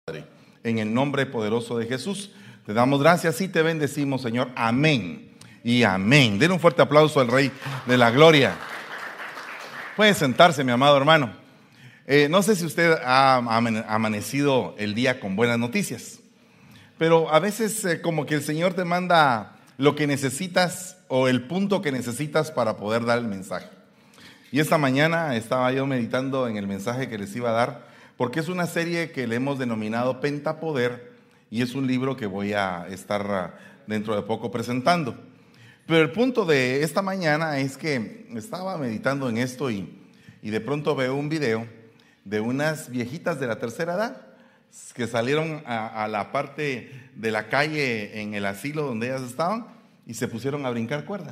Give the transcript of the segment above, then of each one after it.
En el nombre poderoso de Jesús, te damos gracias y te bendecimos, Señor. Amén y amén. Den un fuerte aplauso al Rey de la Gloria. Puede sentarse, mi amado hermano. No sé si usted ha amanecido el día con buenas noticias, pero a veces como que el Señor te manda lo que necesitas o el punto que necesitas para poder dar el mensaje. Y esta mañana estaba yo meditando en el mensaje que les iba a dar, porque es una serie que le hemos denominado Pentapoder y es un libro que voy a estar dentro de poco presentando. Pero el punto de esta mañana es que estaba meditando en esto y de pronto veo un video de unas viejitas de la tercera edad que salieron a la parte de la calle en el asilo donde ellas estaban y se pusieron a brincar cuerda.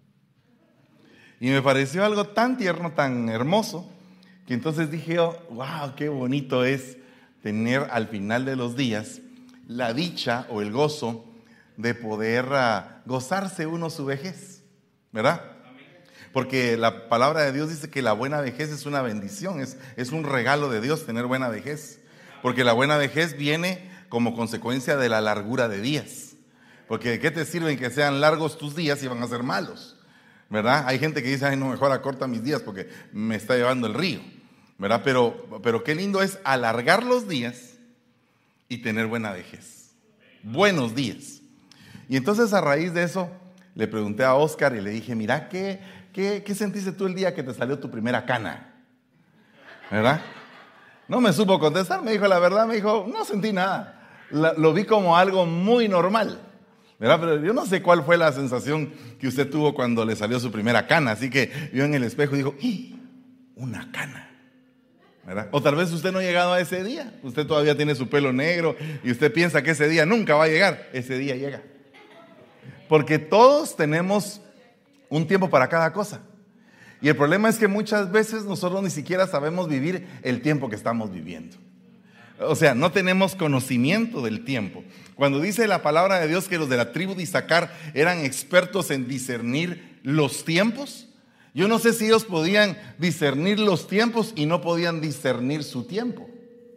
Y me pareció algo tan tierno, tan hermoso, que entonces dije, wow, qué bonito es tener al final de los días la dicha o el gozo de poder gozarse uno su vejez, ¿verdad? Porque la palabra de Dios dice que la buena vejez es una bendición, es un regalo de Dios tener buena vejez. Porque la buena vejez viene como consecuencia de la largura de días. Porque ¿de qué te sirven que sean largos tus días si van a ser malos? ¿Verdad? Hay gente que dice, ay, no, mejor acorta mis días porque me está llevando el río, ¿verdad? Pero qué lindo es alargar los días y tener buena vejez. Buenos días. Y entonces a raíz de eso le pregunté a Oscar y le dije, mira, ¿qué sentiste tú el día que te salió tu primera cana? ¿Verdad? No me supo contestar, me dijo la verdad, me dijo, no sentí nada. Lo vi como algo muy normal, ¿verdad? Pero yo no sé cuál fue la sensación que usted tuvo cuando le salió su primera cana. Así que vio en el espejo y dijo, una cana, ¿verdad? O tal vez usted no ha llegado a ese día. Usted todavía tiene su pelo negro y usted piensa que ese día nunca va a llegar. Ese día llega. Porque todos tenemos un tiempo para cada cosa. Y el problema es que muchas veces nosotros ni siquiera sabemos vivir el tiempo que estamos viviendo. O sea, no tenemos conocimiento del tiempo. Cuando dice la palabra de Dios que los de la tribu de Isaacar eran expertos en discernir los tiempos, yo no sé si ellos podían discernir los tiempos y no podían discernir su tiempo.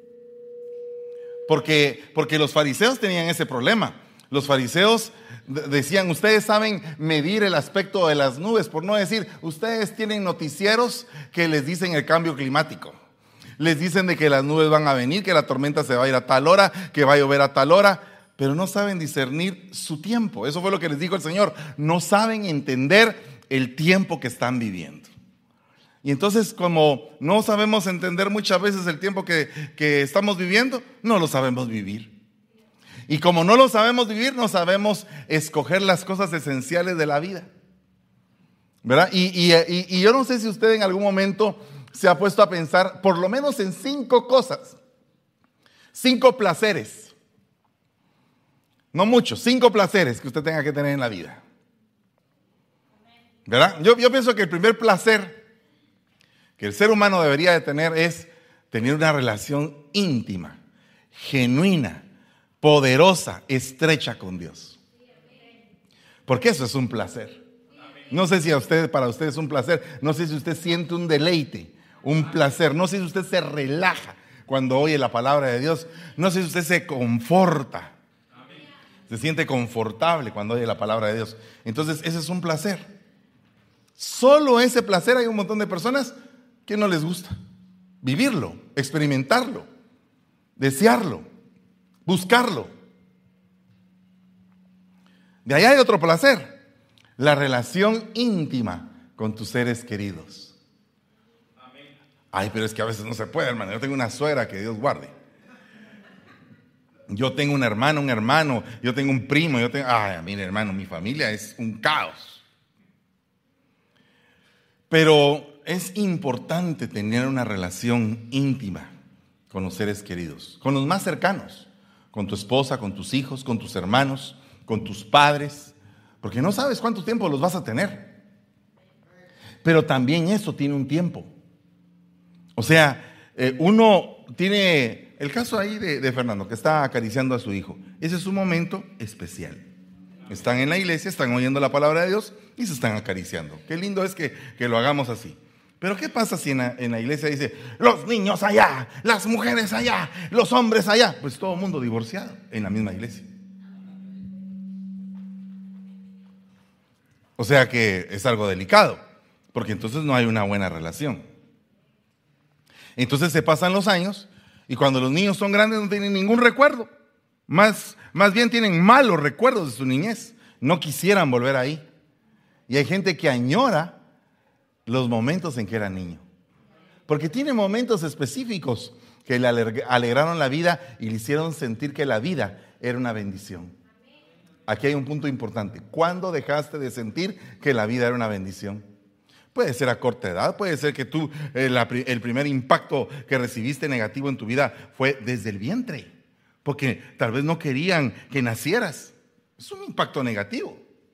Porque los fariseos tenían ese problema. Los fariseos decían, ustedes saben medir el aspecto de las nubes, por no decir, ustedes tienen noticieros que les dicen el cambio climático. Les dicen de que las nubes van a venir, que la tormenta se va a ir a tal hora, que va a llover a tal hora, pero no saben discernir su tiempo. Eso fue lo que les dijo el Señor. No saben entender el tiempo que están viviendo. Y entonces, como no sabemos entender muchas veces el tiempo que estamos viviendo, no lo sabemos vivir. Y como no lo sabemos vivir, no sabemos escoger las cosas esenciales de la vida, ¿verdad? Y yo no sé si usted en algún momento se ha puesto a pensar por lo menos en 5 cosas, 5 placeres, no muchos, 5 placeres que usted tenga que tener en la vida, ¿verdad? Yo pienso que el primer placer que el ser humano debería de tener es tener una relación íntima, genuina, poderosa, estrecha con Dios. Porque eso es un placer. No sé si para usted es un placer. No sé si usted siente un deleite, un placer. No sé si usted se relaja cuando oye la palabra de Dios. No sé si usted se conforta. Se siente confortable cuando oye la palabra de Dios. Entonces ese es un placer. Solo ese placer hay un montón de personas que no les gusta vivirlo, experimentarlo, desearlo, buscarlo. De allá hay otro placer, la relación íntima con tus seres queridos. Ay, pero es que a veces no se puede, hermano. Yo tengo una suegra, que Dios guarde. Yo tengo un hermano, yo tengo un primo, ay, mire, hermano, mi familia es un caos. Pero es importante tener una relación íntima con los seres queridos, con los más cercanos. Con tu esposa, con tus hijos, con tus hermanos, con tus padres, porque no sabes cuánto tiempo los vas a tener. Pero también eso tiene un tiempo. O sea, uno tiene el caso ahí de Fernando, que está acariciando a su hijo. Ese es un momento especial. Están en la iglesia, están oyendo la palabra de Dios y se están acariciando. Qué lindo es que lo hagamos así. Pero ¿qué pasa si en la iglesia dice, los niños allá, las mujeres allá, los hombres allá? Pues todo el mundo divorciado en la misma iglesia. O sea que es algo delicado, porque entonces no hay una buena relación. Entonces se pasan los años y cuando los niños son grandes no tienen ningún recuerdo. Más bien tienen malos recuerdos de su niñez. No quisieran volver ahí. Y hay gente que añora los momentos en que era niño. Porque tiene momentos específicos que le alegraron la vida y le hicieron sentir que la vida era una bendición. Aquí hay un punto importante. ¿Cuándo dejaste de sentir que la vida era una bendición? Puede ser a corta edad, puede ser que tú, el primer impacto que recibiste negativo en tu vida fue desde el vientre, porque tal vez no querían que nacieras. Es un impacto negativo.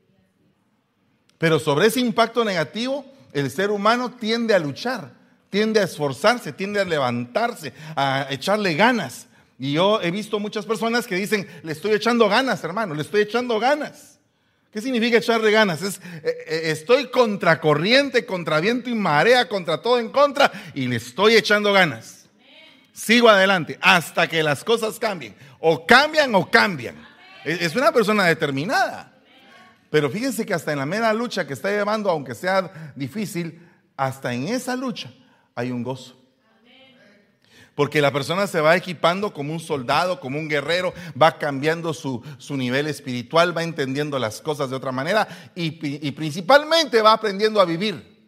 Pero sobre ese impacto negativo, el ser humano tiende a luchar, tiende a esforzarse, tiende a levantarse, a echarle ganas. Y yo he visto muchas personas que dicen, le estoy echando ganas, hermano, le estoy echando ganas. ¿Qué significa echarle ganas? Estoy contra corriente, contra viento y marea, contra todo en contra, y le estoy echando ganas. Sigo adelante hasta que las cosas cambien. O cambian o cambian. Es una persona determinada. Pero fíjense que hasta en la mera lucha que está llevando, aunque sea difícil, hasta en esa lucha hay un gozo. Porque la persona se va equipando como un soldado, como un guerrero, va cambiando su nivel espiritual, va entendiendo las cosas de otra manera y principalmente va aprendiendo a vivir.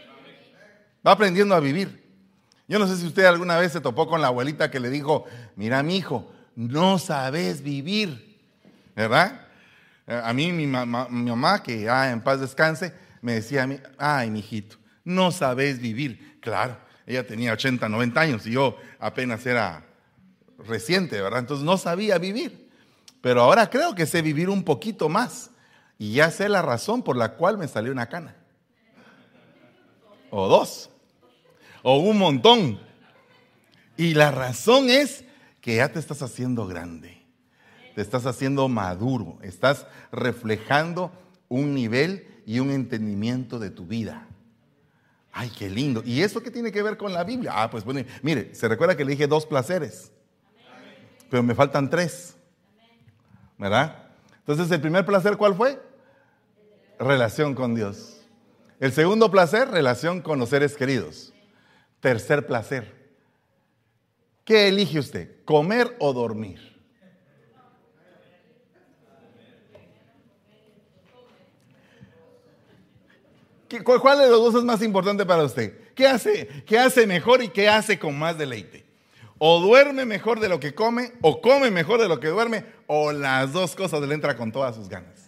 Va aprendiendo a vivir. Yo no sé si usted alguna vez se topó con la abuelita que le dijo, mira mi hijo, no sabes vivir, ¿verdad? A mí mi mamá, que ya en paz descanse, me decía a mí, ay mi hijito, no sabes vivir. Claro. Ella tenía 80, 90 años y yo apenas era reciente, ¿verdad? Entonces no sabía vivir. Pero ahora creo que sé vivir un poquito más. Y ya sé la razón por la cual me salió una cana. O dos. O un montón. Y la razón es que ya te estás haciendo grande. Te estás haciendo maduro. Estás reflejando un nivel y un entendimiento de tu vida. Ay, qué lindo. ¿Y eso qué tiene que ver con la Biblia? Ah, pues bueno, mire, se recuerda que le dije 2 placeres. Pero me faltan 3. ¿Verdad? Entonces, ¿el primer placer cuál fue? Relación con Dios. El segundo placer, relación con los seres queridos. Tercer placer. ¿Qué elige usted? ¿Comer o dormir? ¿Cuál de los dos es más importante para usted? ¿Qué hace mejor y qué hace con más deleite? O duerme mejor de lo que come, o come mejor de lo que duerme, o las dos cosas le entra con todas sus ganas.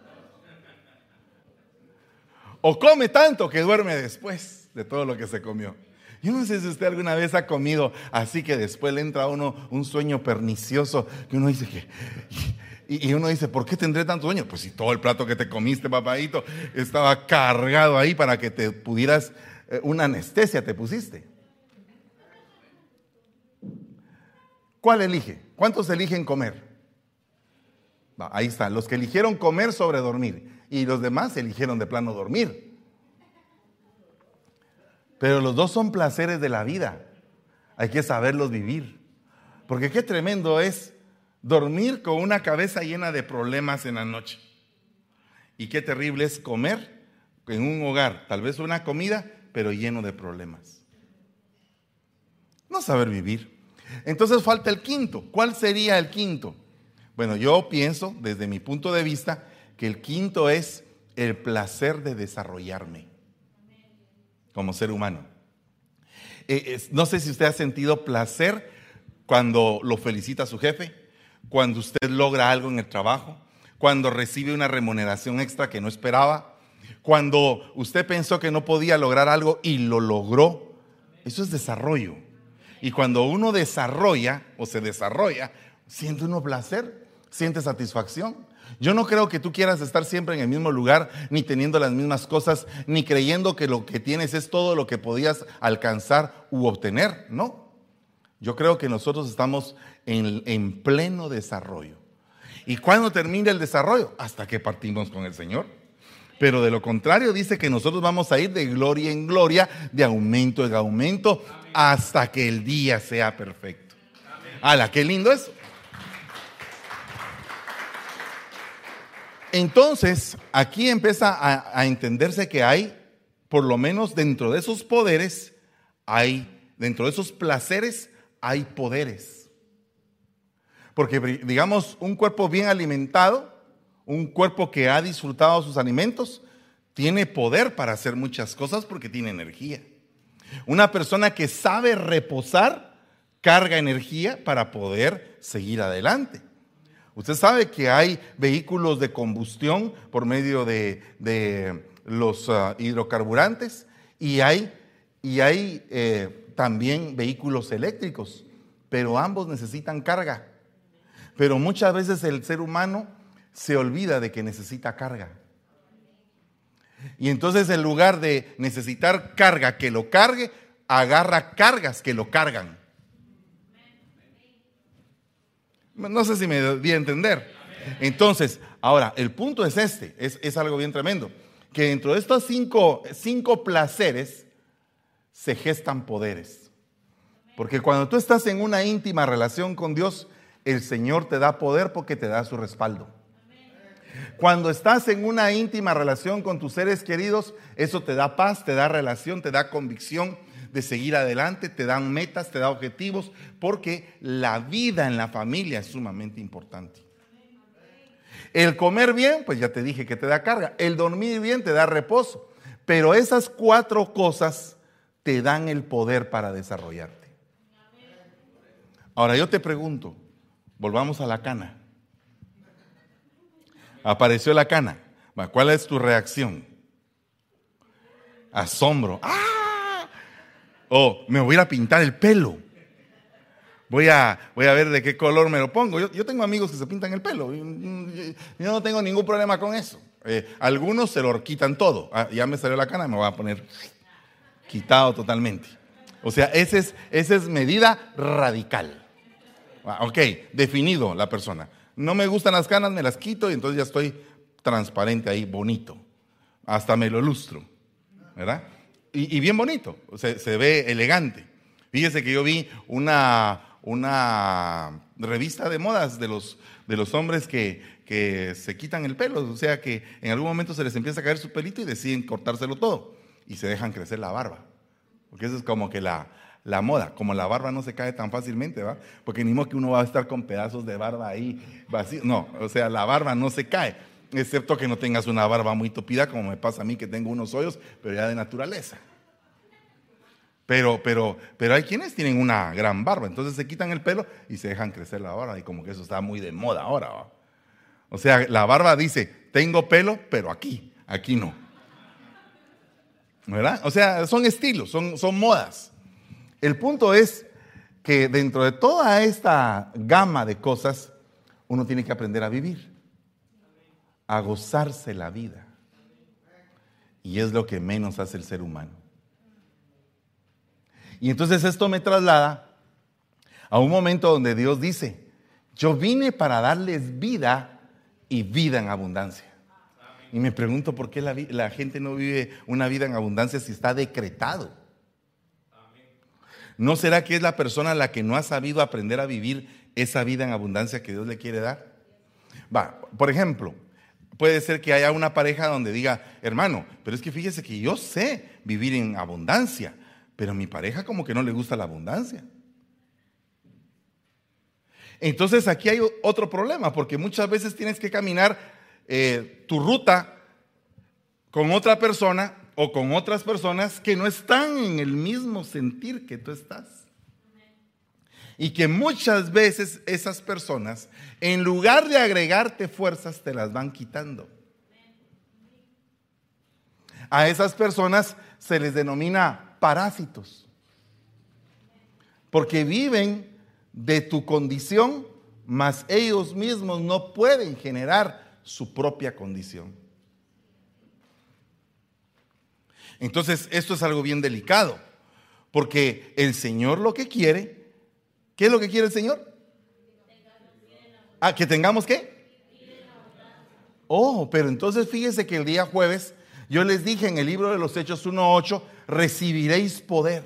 O come tanto que duerme después de todo lo que se comió. Yo no sé si usted alguna vez ha comido así que después le entra a uno un sueño pernicioso, que uno dice que... Y uno dice, ¿por qué tendré tanto sueño? Pues si todo el plato que te comiste, papadito, estaba cargado ahí para que te pudieras, una anestesia te pusiste. ¿Cuál elige? ¿Cuántos eligen comer? Ahí está, los que eligieron comer sobre dormir. Y los demás eligieron de plano dormir. Pero los dos son placeres de la vida. Hay que saberlos vivir. Porque qué tremendo es dormir con una cabeza llena de problemas en la noche. Y qué terrible es comer en un hogar, tal vez una comida, pero lleno de problemas. No saber vivir. Entonces falta el quinto. ¿Cuál sería el quinto? Bueno, yo pienso, desde mi punto de vista, que el quinto es el placer de desarrollarme como ser humano. No sé si usted ha sentido placer cuando lo felicita a su jefe, cuando usted logra algo en el trabajo, cuando recibe una remuneración extra que no esperaba, cuando usted pensó que no podía lograr algo y lo logró. Eso es desarrollo. Y cuando uno desarrolla o se desarrolla, siente uno placer, siente satisfacción. Yo no creo que tú quieras estar siempre en el mismo lugar, ni teniendo las mismas cosas, ni creyendo que lo que tienes es todo lo que podías alcanzar u obtener. No. Yo creo que nosotros estamos en pleno desarrollo. ¿Y cuándo termina el desarrollo? Hasta que partimos con el Señor. Pero de lo contrario dice que nosotros vamos a ir de gloria en gloria, de aumento en aumento, hasta que el día sea perfecto. ¡Hala, qué lindo eso! Entonces, aquí empieza a entenderse que hay, por lo menos dentro de esos poderes, dentro de esos placeres, hay poderes. Porque, digamos, un cuerpo bien alimentado, un cuerpo que ha disfrutado sus alimentos, tiene poder para hacer muchas cosas porque tiene energía. Una persona que sabe reposar, carga energía para poder seguir adelante. Usted sabe que hay vehículos de combustión por medio de los hidrocarburantes y hay también vehículos eléctricos, pero ambos necesitan carga. Pero muchas veces el ser humano se olvida de que necesita carga. Y entonces en lugar de necesitar carga que lo cargue, agarra cargas que lo cargan. No sé si me di a entender. Entonces, ahora, el punto es es algo bien tremendo, que dentro de estos cinco placeres se gestan poderes. Porque cuando tú estás en una íntima relación con Dios, el Señor te da poder porque te da su respaldo. Cuando estás en una íntima relación con tus seres queridos, eso te da paz, te da relación, te da convicción de seguir adelante, te dan metas, te da objetivos, porque la vida en la familia es sumamente importante. El comer bien, pues ya te dije que te da carga. El dormir bien te da reposo. Pero esas 4 cosas te dan el poder para desarrollarte. Ahora yo te pregunto, volvamos a la cana. Apareció la cana. ¿Cuál es tu reacción? Asombro. ¡Ah! O me voy a ir a pintar el pelo. Voy a ver de qué color me lo pongo. Yo tengo amigos que se pintan el pelo. Yo no tengo ningún problema con eso. Algunos se lo quitan todo. Ya me salió la cana, me voy a poner quitado totalmente. O sea, esa es medida radical. Ok, definido la persona. No me gustan las canas, me las quito y entonces ya estoy transparente ahí, bonito. Hasta me lo lustro, ¿verdad? Y bien bonito, se ve elegante. Fíjese que yo vi una revista de modas de los hombres que se quitan el pelo. O sea que en algún momento se les empieza a caer su pelito y deciden cortárselo todo. Y se dejan crecer la barba. Porque eso es como que la moda. Como la barba no se cae tan fácilmente, ¿va? Porque ni modo que uno va a estar con pedazos de barba ahí vacío. No, o sea, la barba no se cae. Excepto que no tengas una barba muy tupida, como me pasa a mí que tengo unos hoyos, pero ya de naturaleza. Pero hay quienes tienen una gran barba, entonces se quitan el pelo y se dejan crecer la barba, y como que eso está muy de moda ahora, ¿va? O sea, la barba dice, tengo pelo, pero aquí no. ¿Verdad? O sea, son estilos, son modas. El punto es que dentro de toda esta gama de cosas, uno tiene que aprender a vivir, a gozarse la vida. Y es lo que menos hace el ser humano. Y entonces esto me traslada a un momento donde Dios dice, yo vine para darles vida y vida en abundancia. Y me pregunto por qué la gente no vive una vida en abundancia si está decretado. ¿No será que es la persona la que no ha sabido aprender a vivir esa vida en abundancia que Dios le quiere dar? Por ejemplo, puede ser que haya una pareja donde diga, hermano, pero es que fíjese que yo sé vivir en abundancia, pero a mi pareja como que no le gusta la abundancia. Entonces aquí hay otro problema, porque muchas veces tienes que caminar tu ruta con otra persona o con otras personas que no están en el mismo sentir que tú estás. Y que muchas veces esas personas, en lugar de agregarte fuerzas, te las van quitando. A esas personas se les denomina parásitos, porque viven de tu condición, mas ellos mismos no pueden generar su propia condición. Entonces, esto es algo bien delicado, porque el Señor lo que quiere, ¿qué es lo que quiere el Señor? ¿Que tengamos qué? Oh, pero entonces fíjese que el día jueves yo les dije en el libro de los Hechos 1:8, recibiréis poder.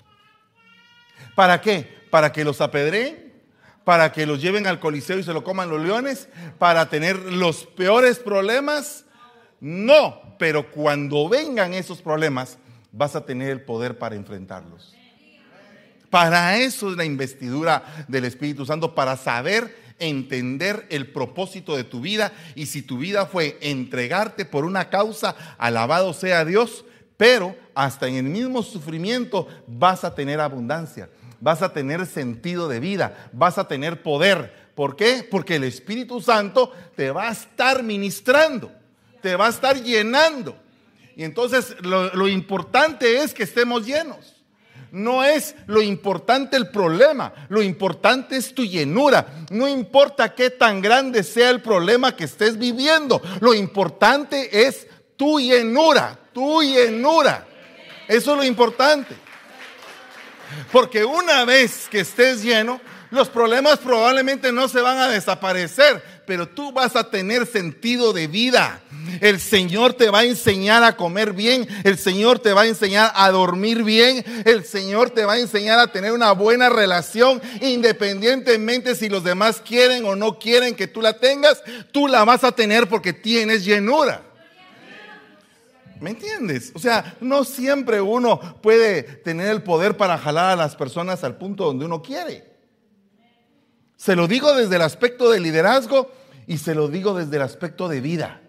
¿Para qué? ¿Para que los apedreen? ¿Para que los lleven al Coliseo y se lo coman los leones? ¿Para tener los peores problemas? No, pero cuando vengan esos problemas, vas a tener el poder para enfrentarlos. Para eso es la investidura del Espíritu Santo, para saber entender el propósito de tu vida. Y si tu vida fue entregarte por una causa, alabado sea Dios, pero hasta en el mismo sufrimiento vas a tener abundancia, vas a tener sentido de vida, vas a tener poder. ¿Por qué? Porque el Espíritu Santo te va a estar ministrando, te va a estar llenando. Y entonces lo importante es que estemos llenos. No es lo importante el problema, lo importante es tu llenura. No importa qué tan grande sea el problema que estés viviendo, lo importante es tu llenura, tu llenura. Eso es lo importante. Porque una vez que estés lleno, los problemas probablemente no se van a desaparecer, pero tú vas a tener sentido de vida. El Señor te va a enseñar a comer bien, el Señor te va a enseñar a dormir bien, el Señor te va a enseñar a tener una buena relación, independientemente si los demás quieren o no quieren que tú la tengas, tú la vas a tener porque tienes llenura. ¿Me entiendes? O sea, no siempre uno puede tener el poder para jalar a las personas al punto donde uno quiere. Se lo digo desde el aspecto de liderazgo y se lo digo desde el aspecto de vida.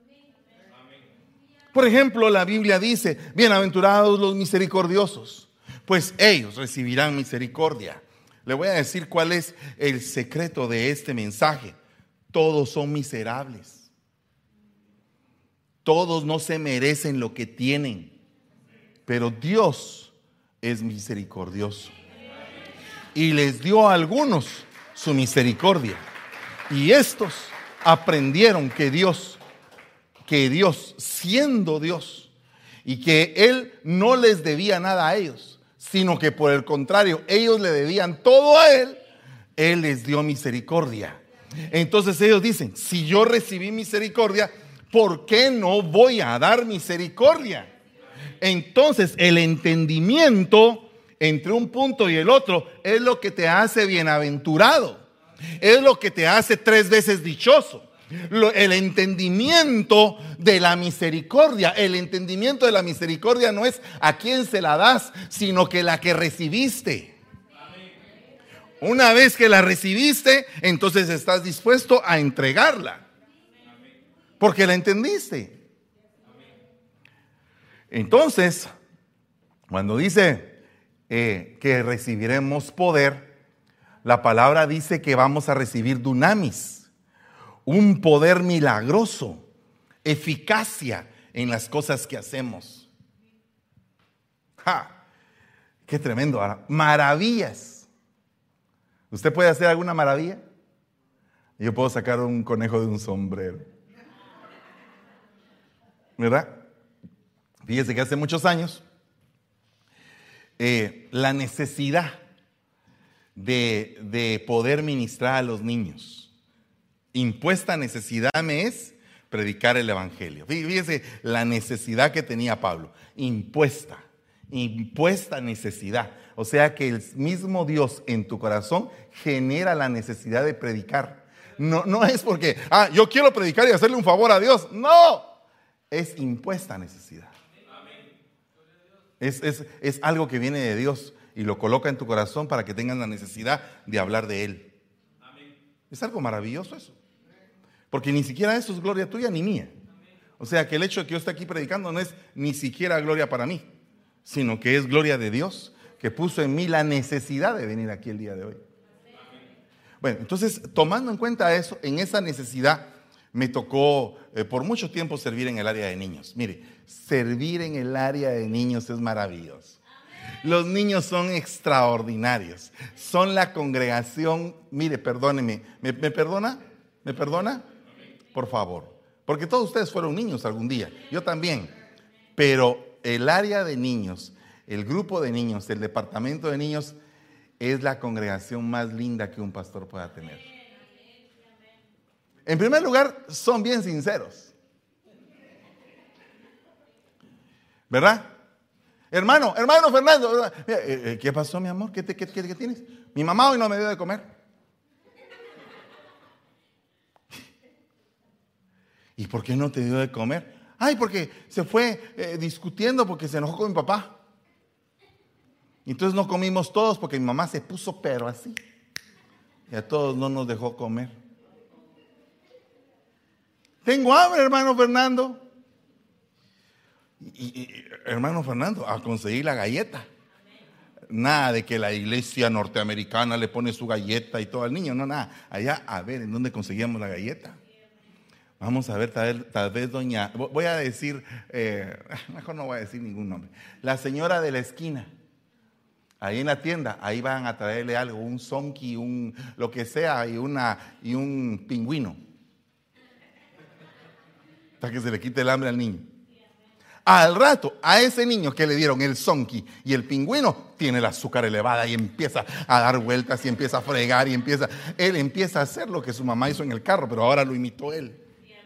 Por ejemplo, la Biblia dice, bienaventurados los misericordiosos, pues ellos recibirán misericordia. Le voy a decir cuál es el secreto de este mensaje. Todos son miserables. Todos no se merecen lo que tienen, pero Dios es misericordioso. Y les dio a algunos su misericordia. Y estos aprendieron que Dios siendo Dios y que Él no les debía nada a ellos, sino que por el contrario, ellos le debían todo a Él, Él les dio misericordia. Entonces ellos dicen, si yo recibí misericordia, ¿por qué no voy a dar misericordia? Entonces el entendimiento entre un punto y el otro es lo que te hace bienaventurado, es lo que te hace 3 veces dichoso. El entendimiento de la misericordia, el entendimiento de la misericordia no es a quién se la das, sino que la que recibiste. Una vez que la recibiste, entonces estás dispuesto a entregarla, porque la entendiste. Entonces, cuando dice que recibiremos poder, la palabra dice que vamos a recibir dunamis, un poder milagroso, eficacia en las cosas que hacemos. ¡Ja! ¡Qué tremendo! Maravillas. ¿Usted puede hacer alguna maravilla? Yo puedo sacar un conejo de un sombrero, ¿verdad? Fíjese que hace muchos años la necesidad de poder ministrar a los niños, impuesta necesidad me es predicar el evangelio. Fíjese la necesidad que tenía Pablo, impuesta necesidad. O sea que el mismo Dios en tu corazón genera la necesidad de predicar. No es porque, yo quiero predicar y hacerle un favor a Dios. No, es impuesta necesidad. Es algo que viene de Dios y lo coloca en tu corazón para que tengas la necesidad de hablar de Él. Es algo maravilloso eso. Porque ni siquiera eso es gloria tuya ni mía. O sea que el hecho de que yo esté aquí predicando no es ni siquiera gloria para mí, sino que es gloria de Dios que puso en mí la necesidad de venir aquí el día de hoy. Bueno, entonces tomando en cuenta eso, en esa necesidad me tocó por mucho tiempo servir en el área de niños. Mire, servir en el área de niños es maravilloso. Los niños son extraordinarios. Son la congregación, mire, perdóneme, ¿me perdona? ¿Me perdona? Por favor. Porque todos ustedes fueron niños algún día. Yo también. Pero el área de niños, el grupo de niños, el departamento de niños es la congregación más linda que un pastor pueda tener. En primer lugar, son bien sinceros. ¿Verdad? Hermano Fernando, ¿qué pasó, mi amor? ¿Qué tienes? Mi mamá hoy no me dio de comer. ¿Y por qué no te dio de comer? Ay, porque se fue discutiendo porque se enojó con mi papá. Entonces no comimos todos porque mi mamá se puso pero así. Y a todos no nos dejó comer. Tengo hambre, hermano Fernando. Hermano Fernando, a conseguir la galleta. Nada de que la iglesia norteamericana le pone su galleta y todo al niño. No, nada. Allá, a ver, ¿en dónde conseguíamos la galleta? Vamos a ver, tal vez doña, voy a decir, mejor no voy a decir ningún nombre. La señora de la esquina, ahí en la tienda, ahí van a traerle algo, un zonki, lo que sea, y un pingüino. Hasta que se le quite el hambre al niño. Al rato, a ese niño que le dieron el zonki y el pingüino, tiene el azúcar elevada y empieza a dar vueltas y empieza a fregar y él empieza a hacer lo que su mamá hizo en el carro, pero ahora lo imitó él.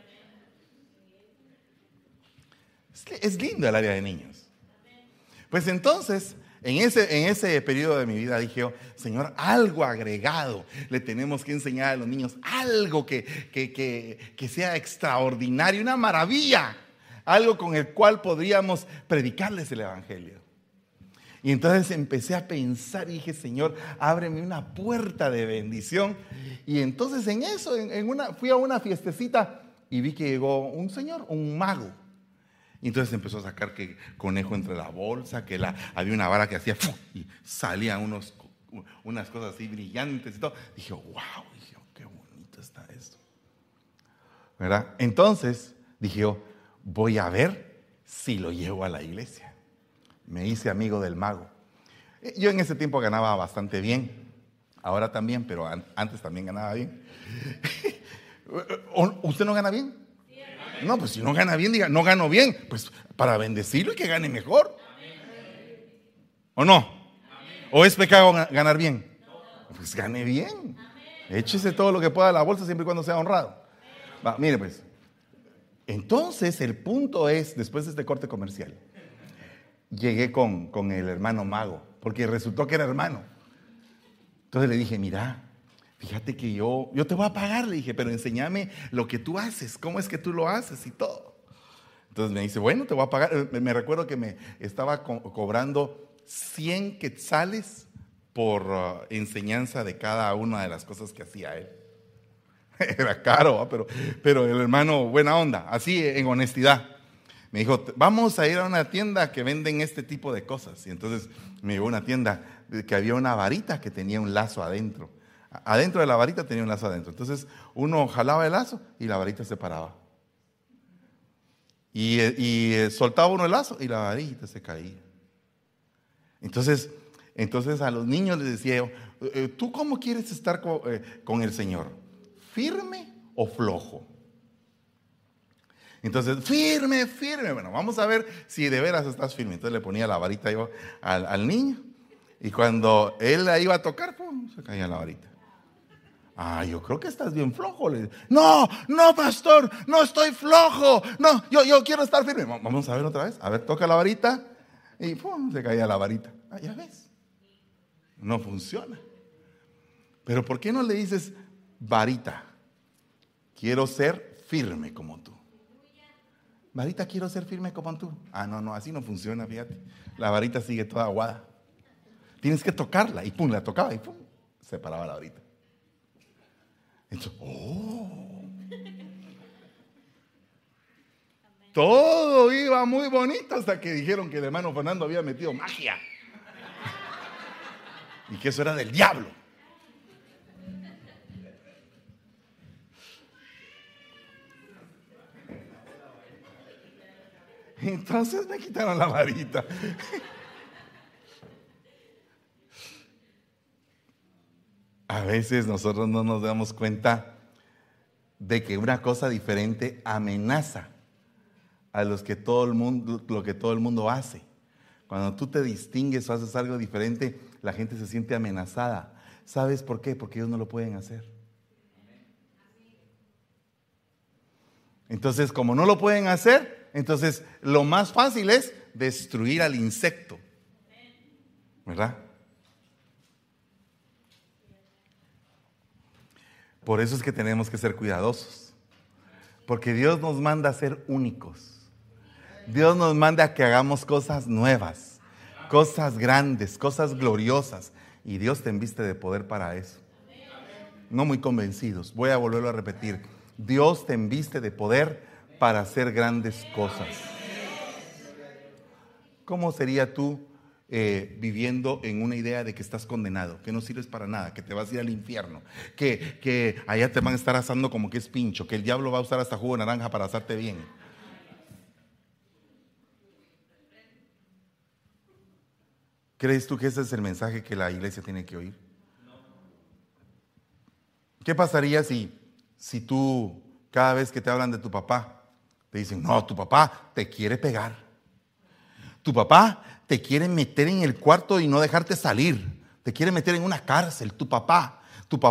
Es lindo el área de niños. Pues entonces, en ese periodo de mi vida dije yo, Señor, algo agregado le tenemos que enseñar a los niños, algo que sea extraordinario, una maravilla, algo con el cual podríamos predicarles el evangelio. Y entonces empecé a pensar y dije, Señor, ábreme una puerta de bendición. Y entonces en eso, fui a una fiestecita y vi que llegó un señor, un mago. Y entonces empezó a sacar que conejo entre la bolsa, que había una vara que hacía ¡fum! Y salían unas cosas así brillantes y todo. Dije, wow, qué bonito está esto, ¿verdad? Entonces dije yo, voy a ver si lo llevo a la iglesia. Me hice amigo del mago. Yo en ese tiempo ganaba bastante bien, ahora también, pero antes también ganaba bien. ¿Usted no gana bien? No, pues si no gana bien, diga, no gano bien. Pues para bendecirlo y que gane mejor. ¿O no? ¿O es pecado ganar bien? Pues gane bien. Échese todo lo que pueda a la bolsa siempre y cuando sea honrado. Mire pues. Entonces el punto es, después de este corte comercial, llegué con el hermano mago, porque resultó que era hermano. Entonces le dije, mira, fíjate que yo te voy a pagar, le dije, pero enséñame lo que tú haces, cómo es que tú lo haces y todo. Entonces me dice, bueno, te voy a pagar. Me recuerdo que me estaba cobrando 100 quetzales por enseñanza de cada una de las cosas que hacía él. Era caro, pero el hermano, buena onda, así en honestidad. Me dijo, vamos a ir a una tienda que venden este tipo de cosas. Y entonces me llevó a una tienda que había una varita que tenía un lazo adentro. Adentro de la varita tenía un lazo adentro. Entonces uno jalaba el lazo y la varita se paraba. Y soltaba uno el lazo y la varita se caía. Entonces a los niños les decía yo, ¿tú cómo quieres estar con el Señor? ¿Firme o flojo? Entonces, firme. Bueno, vamos a ver si de veras estás firme. Entonces le ponía la varita yo al niño. Y cuando él la iba a tocar, ¡pum!, se caía la varita. Yo creo que estás bien flojo. No, pastor, no estoy flojo. No, yo quiero estar firme. Vamos a ver otra vez. A ver, toca la varita. Y ¡pum!, se caía la varita. Ya ves. No funciona. Pero ¿por qué no le dices, varita, quiero ser firme como tú? Varita, quiero ser firme como tú. No, así no funciona, fíjate. La varita sigue toda aguada. Tienes que tocarla. Y pum, la tocaba y pum, se paraba la varita. Entonces, todo iba muy bonito hasta que dijeron que el hermano Fernando había metido magia. Y que eso era del diablo. Entonces me quitaron la varita. A veces nosotros no nos damos cuenta de que una cosa diferente amenaza a lo que todo el mundo hace. Cuando tú te distingues o haces algo diferente, la gente se siente amenazada. ¿Sabes por qué? Porque ellos no lo pueden hacer. Entonces, como no lo pueden hacer, entonces lo más fácil es destruir al insecto, ¿verdad? Por eso es que tenemos que ser cuidadosos, porque Dios nos manda a ser únicos. Dios nos manda a que hagamos cosas nuevas, cosas grandes, cosas gloriosas, y Dios te enviste de poder para eso. No muy convencidos, voy a volverlo a repetir. Dios te enviste de poder para hacer grandes cosas. ¿Cómo sería tú viviendo en una idea de que estás condenado, que no sirves para nada, que te vas a ir al infierno, que allá te van a estar asando como que es pincho, que el diablo va a usar hasta jugo de naranja para hacerte bien? ¿Crees tú que ese es el mensaje que la iglesia tiene que oír? ¿Qué pasaría si tú, cada vez que te hablan de tu papá, te dicen, no, tu papá te quiere pegar, tu papá te quiere meter en el cuarto y no dejarte salir, te quiere meter en una cárcel, tu papá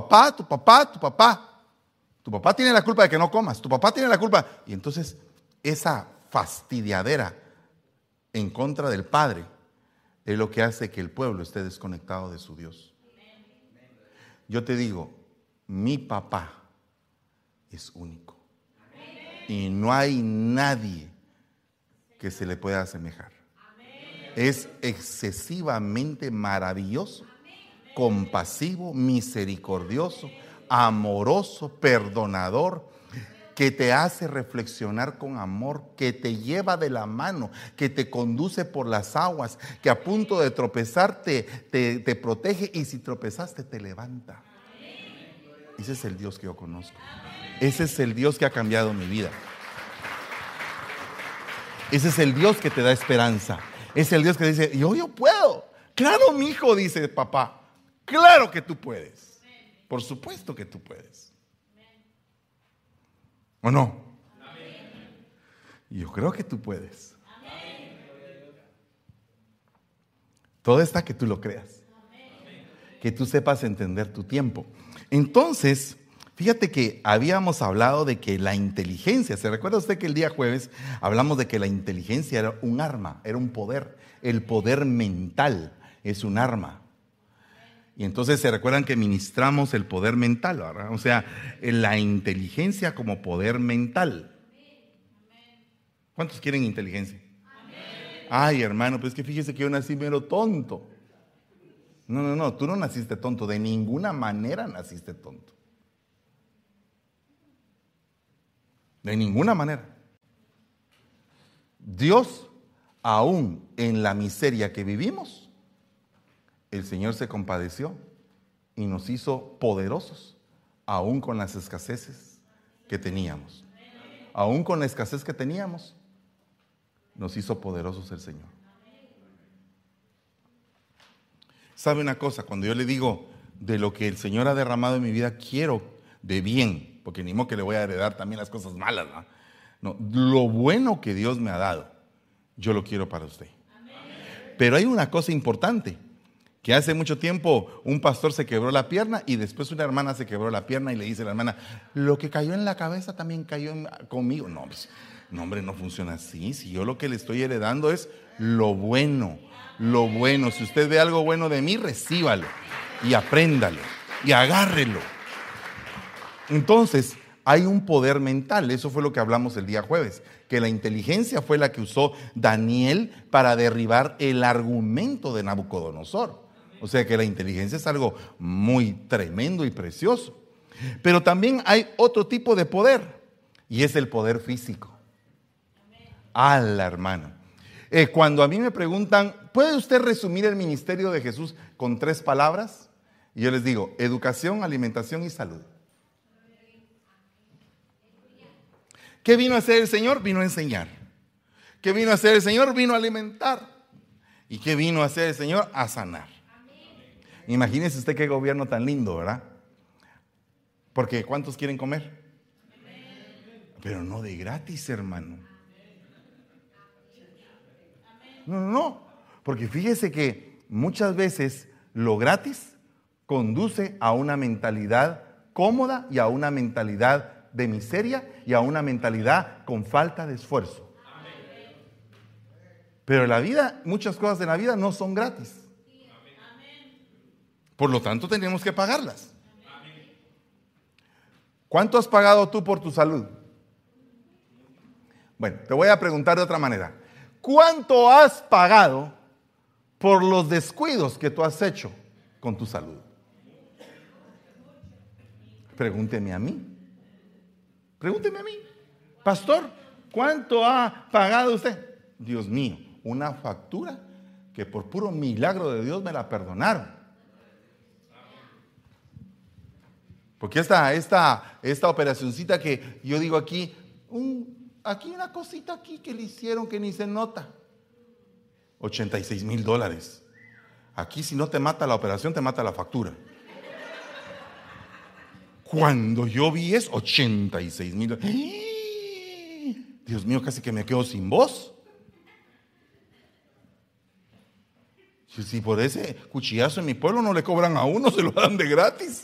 tiene la culpa de que no comas, tu papá tiene la culpa? Y entonces esa fastidiadera en contra del padre es lo que hace que el pueblo esté desconectado de su Dios. Yo te digo, mi papá es único y no hay nadie que se le pueda asemejar. Es excesivamente maravilloso, compasivo, misericordioso, amoroso, perdonador, que te hace reflexionar con amor, que te lleva de la mano, que te conduce por las aguas, que a punto de tropezar te protege, y si tropezaste te levanta. Ese es el Dios que yo conozco. Ese es el Dios que ha cambiado mi vida. Ese es el Dios que te da esperanza. Es el Dios que dice, yo puedo. Claro, mi hijo, dice papá. Claro que tú puedes. Por supuesto que tú puedes. ¿O no? Yo creo que tú puedes. Todo está que tú lo creas. Que tú sepas entender tu tiempo. Entonces, fíjate que habíamos hablado de que la inteligencia, ¿se recuerda usted que el día jueves hablamos de que la inteligencia era un arma, era un poder? El poder mental es un arma. Y entonces se recuerdan que ministramos el poder mental, ¿verdad? O sea, la inteligencia como poder mental. ¿Cuántos quieren inteligencia? Ay, hermano, pues es que fíjese que yo nací mero tonto. No, tú no naciste tonto, de ninguna manera naciste tonto. De ninguna manera. Dios, aún en la miseria que vivimos, el Señor se compadeció y nos hizo poderosos, aún con las escaseces que teníamos. Aún con la escasez que teníamos, nos hizo poderosos el Señor. ¿Sabe una cosa? Cuando yo le digo de lo que el Señor ha derramado en mi vida, quiero de bien, porque ni modo que le voy a heredar también las cosas malas, ¿no? Lo bueno que Dios me ha dado, yo lo quiero para usted. Pero hay una cosa importante, que hace mucho tiempo un pastor se quebró la pierna y después una hermana se quebró la pierna y le dice a la hermana, lo que cayó en la cabeza también cayó conmigo. No, pues, no, hombre, no funciona así. Si yo lo que le estoy heredando es lo bueno. Lo bueno, si usted ve algo bueno de mí, recíbalo y apréndalo y agárrelo. Entonces, hay un poder mental, eso fue lo que hablamos el día jueves, que la inteligencia fue la que usó Daniel para derribar el argumento de Nabucodonosor. O sea que la inteligencia es algo muy tremendo y precioso. Pero también hay otro tipo de poder, y es el poder físico. Hermano. Cuando a mí me preguntan, ¿puede usted resumir el ministerio de Jesús con 3 palabras? Y yo les digo, educación, alimentación y salud. ¿Qué vino a hacer el Señor? Vino a enseñar. ¿Qué vino a hacer el Señor? Vino a alimentar. ¿Y qué vino a hacer el Señor? A sanar. Imagínese usted qué gobierno tan lindo, ¿verdad? Porque ¿cuántos quieren comer? Pero no de gratis, hermano. No, porque fíjese que muchas veces lo gratis conduce a una mentalidad cómoda y a una mentalidad de miseria y a una mentalidad con falta de esfuerzo. Pero en la vida, muchas cosas de la vida no son gratis. Por lo tanto, tenemos que pagarlas. ¿Cuánto has pagado tú por tu salud? Bueno, te voy a preguntar de otra manera. ¿Cuánto has pagado por los descuidos que tú has hecho con tu salud? Pregúnteme a mí. Pregúnteme a mí. Pastor, ¿cuánto ha pagado usted? Dios mío, una factura que por puro milagro de Dios me la perdonaron. Porque esta operacioncita que yo digo aquí, aquí una cosita aquí que le hicieron que ni se nota. $86,000. Aquí si no te mata la operación, te mata la factura. Cuando yo vi eso, $86,000. Dios mío, casi que me quedo sin voz. Si por ese cuchillazo en mi pueblo no le cobran a uno, se lo dan de gratis.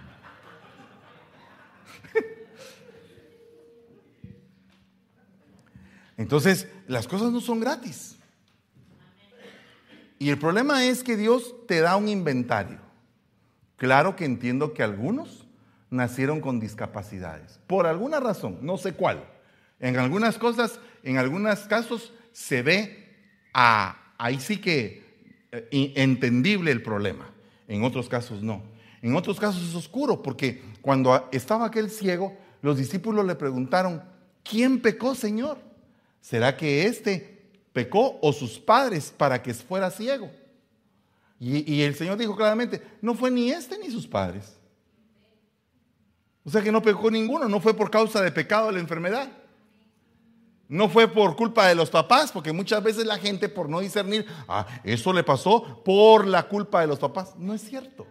Entonces, las cosas no son gratis. Y el problema es que Dios te da un inventario. Claro que entiendo que algunos nacieron con discapacidades. Por alguna razón, no sé cuál. En algunas cosas, en algunos casos, se ve ahí sí que entendible el problema. En otros casos no. En otros casos es oscuro, porque cuando estaba aquel ciego, los discípulos le preguntaron, ¿quién pecó, Señor? ¿Será que este pecó o sus padres para que fuera ciego? Y el Señor dijo claramente, no fue ni este ni sus padres. O sea que no pecó ninguno, no fue por causa de pecado de la enfermedad. No fue por culpa de los papás, porque muchas veces la gente por no discernir, eso le pasó por la culpa de los papás. No es cierto.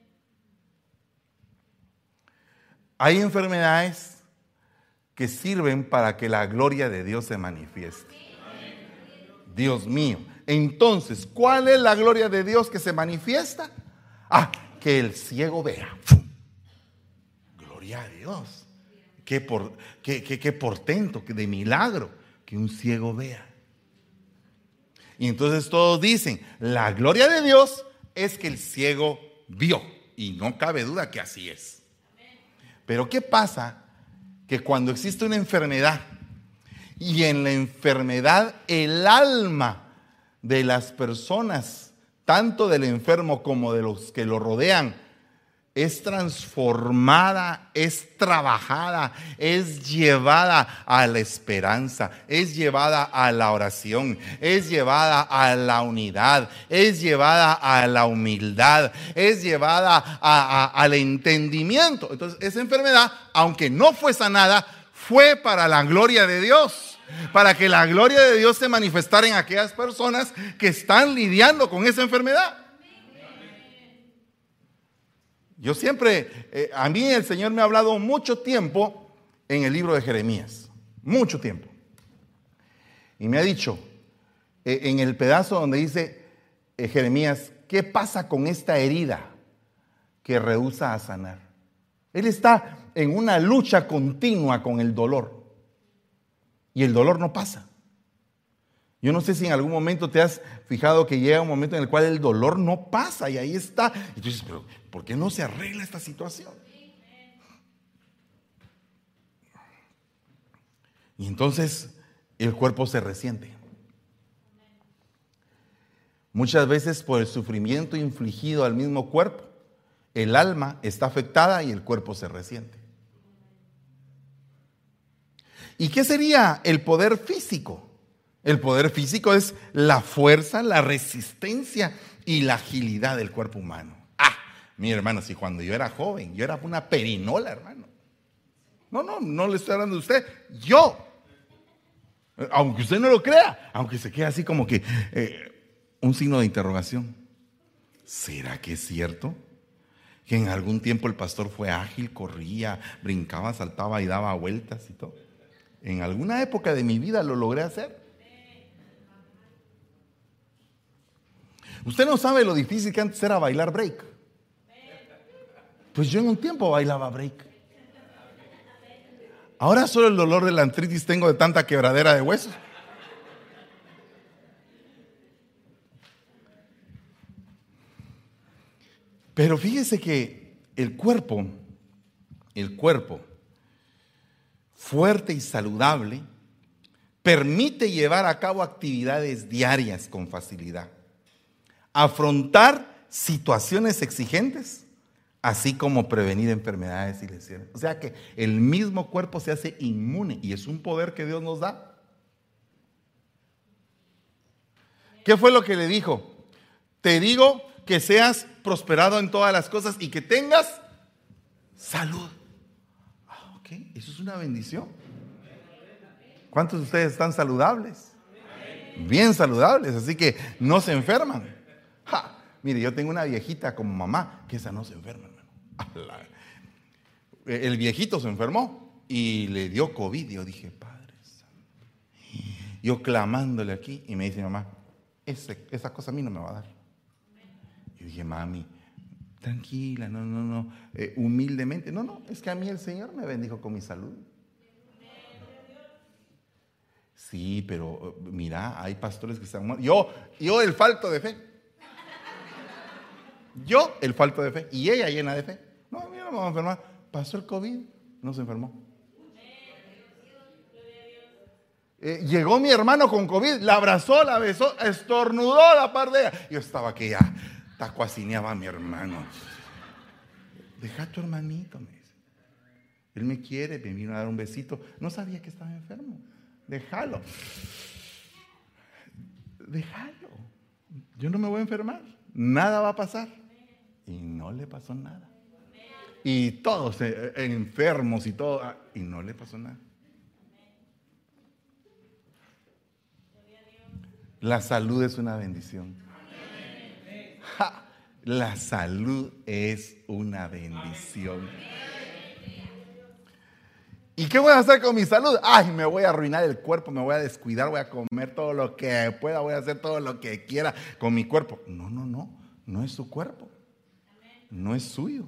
Hay enfermedades que sirven para que la gloria de Dios se manifieste. Dios mío. Entonces, ¿cuál es la gloria de Dios que se manifiesta? Que el ciego vea. Gloria a Dios. Qué portento, de milagro, que un ciego vea. Y entonces todos dicen, la gloria de Dios es que el ciego vio. Y no cabe duda que así es. Pero ¿qué pasa? Que cuando existe una enfermedad y en la enfermedad el alma de las personas, tanto del enfermo como de los que lo rodean, es transformada, es trabajada, es llevada a la esperanza, es llevada a la oración, es llevada a la unidad, es llevada a la humildad, es llevada al entendimiento. Entonces esa enfermedad, aunque no fue sanada, fue para la gloria de Dios, para que la gloria de Dios se manifestara en aquellas personas que están lidiando con esa enfermedad. Yo siempre, a mí el Señor me ha hablado mucho tiempo en el libro de Jeremías, mucho tiempo. Y me ha dicho, en el pedazo donde dice Jeremías, ¿qué pasa con esta herida que rehúsa a sanar? Él está en una lucha continua con el dolor y el dolor no pasa. Yo no sé si en algún momento te has fijado que llega un momento en el cual el dolor no pasa y ahí está. Y tú dices, pero ¿por qué no se arregla esta situación? Y entonces el cuerpo se resiente. Muchas veces por el sufrimiento infligido al mismo cuerpo, el alma está afectada y el cuerpo se resiente. ¿Y qué sería el poder físico? El poder físico es la fuerza, la resistencia y la agilidad del cuerpo humano. Mi hermano, si cuando yo era joven, yo era una perinola, hermano. No le estoy hablando de usted. Yo, aunque usted no lo crea, aunque se quede así como que un signo de interrogación. ¿Será que es cierto que en algún tiempo el pastor fue ágil, corría, brincaba, saltaba y daba vueltas y todo? En alguna época de mi vida lo logré hacer. Usted no sabe lo difícil que antes era bailar break. Pues yo en un tiempo bailaba break. Ahora solo el dolor de la artritis tengo de tanta quebradera de huesos. Pero fíjese que el cuerpo fuerte y saludable permite llevar a cabo actividades diarias con facilidad, afrontar situaciones exigentes, así como prevenir enfermedades y lesiones. O sea que el mismo cuerpo se hace inmune y es un poder que Dios nos da. ¿Qué fue lo que le dijo? Te digo que seas prosperado en todas las cosas y que tengas salud. Ok, eso es una bendición. ¿Cuántos de ustedes están saludables? Bien saludables, así que no se enferman. Mire, yo tengo una viejita como mamá, que esa no se enferma, hermano. El viejito se enfermó y le dio COVID. Yo dije, Padre Santo. Yo clamándole aquí y me dice, mamá, esa cosa a mí no me va a dar. Y dije, mami, tranquila, no, humildemente. No, es que a mí el Señor me bendijo con mi salud. Sí, pero mira, hay pastores que están muertos. Yo el falto de fe. Yo el falto de fe. Y ella llena de fe. No, a mí no me va a enfermar. Pasó el COVID, no se enfermó. Llegó mi hermano con COVID, la abrazó, la besó, estornudó a la par de ella. Yo estaba que ya tacuacineaba a mi hermano. Deja a tu hermanito, me dice. Él me quiere, me vino a dar un besito. No sabía que estaba enfermo. Déjalo. Yo no me voy a enfermar. Nada va a pasar. Y no le pasó nada. Y todos enfermos y todo. Y no le pasó nada. La salud es una bendición. La salud es una bendición. ¿Y qué voy a hacer con mi salud? Ay, me voy a arruinar el cuerpo, me voy a descuidar, voy a comer todo lo que pueda, voy a hacer todo lo que quiera con mi cuerpo. No es su cuerpo. No es suyo.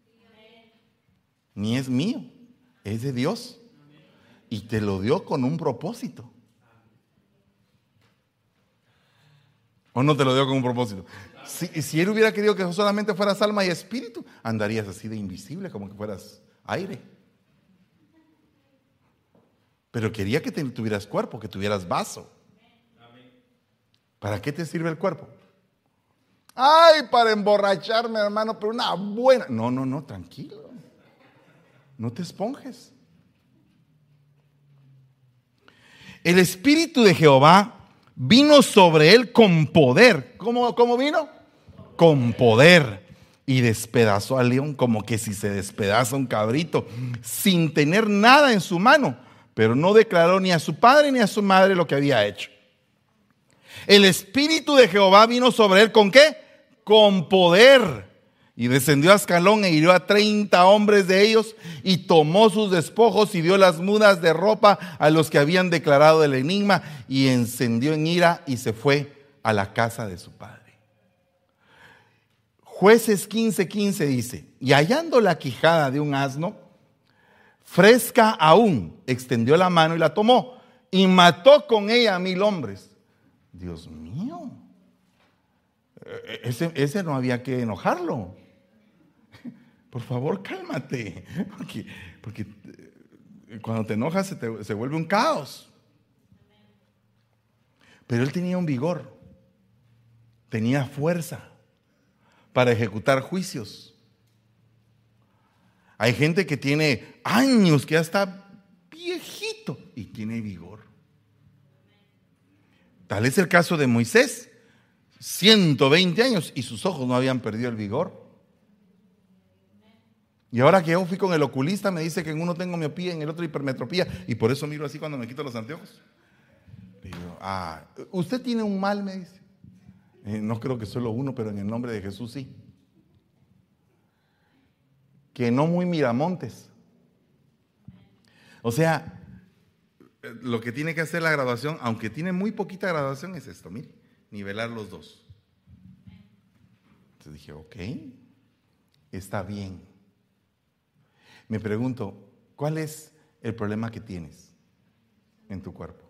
Ni es mío. Es de Dios. Y te lo dio con un propósito. ¿O no te lo dio con un propósito? Si Él hubiera querido que solamente fueras alma y espíritu, andarías así de invisible, como que fueras aire. Pero quería que tuvieras cuerpo, que tuvieras vaso. ¿Para qué te sirve el cuerpo? Ay, para emborracharme, hermano, pero una buena. No, tranquilo. No te esponjes. El Espíritu de Jehová vino sobre él con poder. ¿Cómo vino? Con poder. Y despedazó al león como que si se despedaza un cabrito, sin tener nada en su mano. Pero no declaró ni a su padre ni a su madre lo que había hecho. El Espíritu de Jehová vino sobre él ¿con qué? Con poder. Y descendió a Ascalón e hirió a 30 hombres de ellos y tomó sus despojos y dio las mudas de ropa a los que habían declarado el enigma y encendió en ira y se fue a la casa de su padre. Jueces 15:15 dice, y hallando la quijada de un asno, fresca aún, extendió la mano y la tomó y mató con ella a 1000 hombres. Dios mío, ese no había que enojarlo. Por favor, cálmate, porque cuando te enojas se vuelve un caos. Pero él tenía un vigor, tenía fuerza para ejecutar juicios. Hay gente que tiene años, que ya está viejito y tiene vigor. Tal es el caso de Moisés, 120 años y sus ojos no habían perdido el vigor. Y ahora que yo fui con el oculista, me dice que en uno tengo miopía, en el otro hipermetropía, y por eso miro así cuando me quito los anteojos. Digo, usted tiene un mal, me dice. No creo que solo uno, pero en el nombre de Jesús sí. Que no muy miramontes. O sea, lo que tiene que hacer la graduación, aunque tiene muy poquita graduación, es esto, mire, nivelar los dos. Entonces dije, ok, está bien. Me pregunto, ¿cuál es el problema que tienes en tu cuerpo.